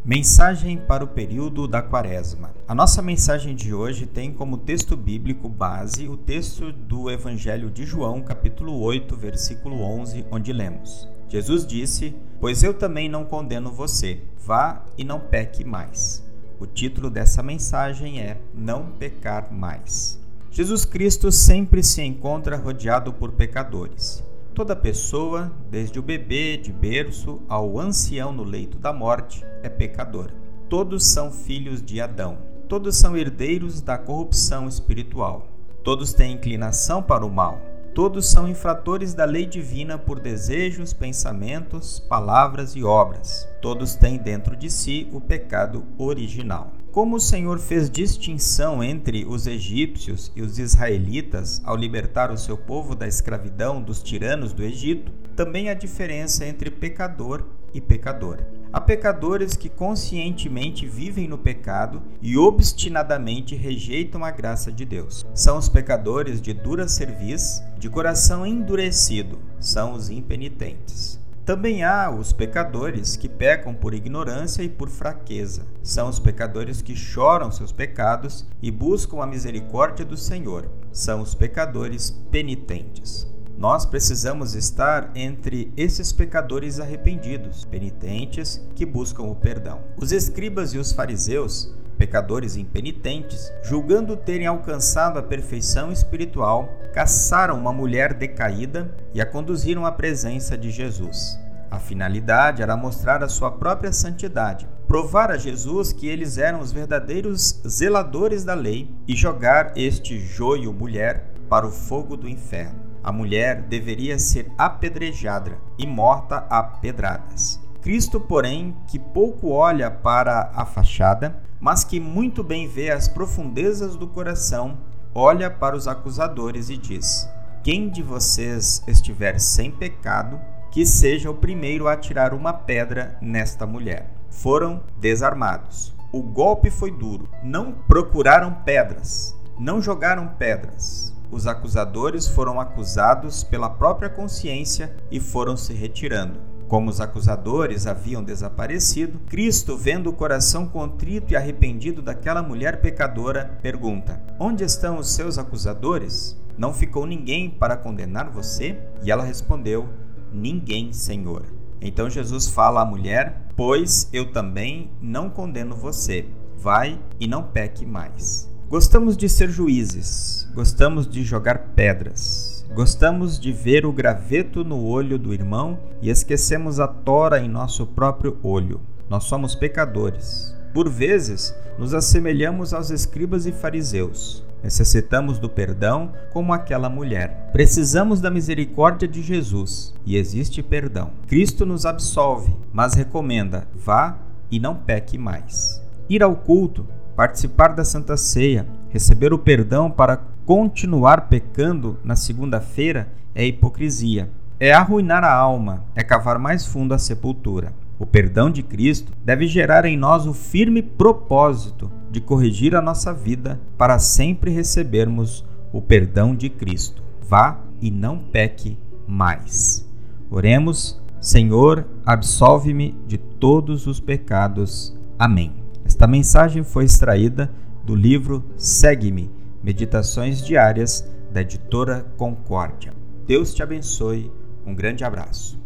Mensagem para o período da Quaresma. A nossa mensagem de hoje tem como texto bíblico base o texto do Evangelho de João, capítulo 8, versículo 11, onde lemos: Jesus disse: "Pois eu também não condeno você. Vá e não peque mais." O título dessa mensagem é Não Pecar Mais. Jesus Cristo sempre se encontra rodeado por pecadores. Toda pessoa, desde o bebê de berço ao ancião no leito da morte, é pecadora. Todos são filhos de Adão. Todos são herdeiros da corrupção espiritual. Todos têm inclinação para o mal. Todos são infratores da lei divina por desejos, pensamentos, palavras e obras. Todos têm dentro de si o pecado original. Como o Senhor fez distinção entre os egípcios e os israelitas ao libertar o seu povo da escravidão dos tiranos do Egito, também há diferença entre pecador e pecadora. Há pecadores que conscientemente vivem no pecado e obstinadamente rejeitam a graça de Deus. São os pecadores de dura cerviz, de coração endurecido, são os impenitentes. Também há os pecadores que pecam por ignorância e por fraqueza. São os pecadores que choram seus pecados e buscam a misericórdia do Senhor. São os pecadores penitentes. Nós precisamos estar entre esses pecadores arrependidos, penitentes, que buscam o perdão. Os escribas e os fariseus, pecadores impenitentes, julgando terem alcançado a perfeição espiritual, caçaram uma mulher decaída e a conduziram à presença de Jesus. A finalidade era mostrar a sua própria santidade, provar a Jesus que eles eram os verdadeiros zeladores da lei e jogar este joio mulher para o fogo do inferno. A mulher deveria ser apedrejada e morta a pedradas. Cristo, porém, que pouco olha para a fachada, mas que muito bem vê as profundezas do coração, olha para os acusadores e diz: "Quem de vocês estiver sem pecado, que seja o primeiro a atirar uma pedra nesta mulher." Foram desarmados. O golpe foi duro. Não procuraram pedras, não jogaram pedras. Os acusadores foram acusados pela própria consciência e foram se retirando. Como os acusadores haviam desaparecido, Cristo, vendo o coração contrito e arrependido daquela mulher pecadora, pergunta: "Onde estão os seus acusadores? Não ficou ninguém para condenar você?" E ela respondeu: "Ninguém, Senhor." Então Jesus fala à mulher: "Pois eu também não condeno você. Vai e não peque mais." Gostamos de ser juízes, gostamos de jogar pedras, gostamos de ver o graveto no olho do irmão e esquecemos a tora em nosso próprio olho. Nós somos pecadores. Por vezes, nos assemelhamos aos escribas e fariseus. Necessitamos do perdão como aquela mulher. Precisamos da misericórdia de Jesus e existe perdão. Cristo nos absolve, mas recomenda: vá e não peque mais. Ir ao culto, participar da Santa Ceia, receber o perdão para continuar pecando na segunda-feira é hipocrisia. É arruinar a alma, é cavar mais fundo a sepultura. O perdão de Cristo deve gerar em nós o firme propósito de corrigir a nossa vida para sempre recebermos o perdão de Cristo. Vá e não peque mais. Oremos: Senhor, absolve-me de todos os pecados. Amém. Esta mensagem foi extraída do livro Segue-me, Meditações Diárias, da editora Concórdia. Deus te abençoe. Um grande abraço.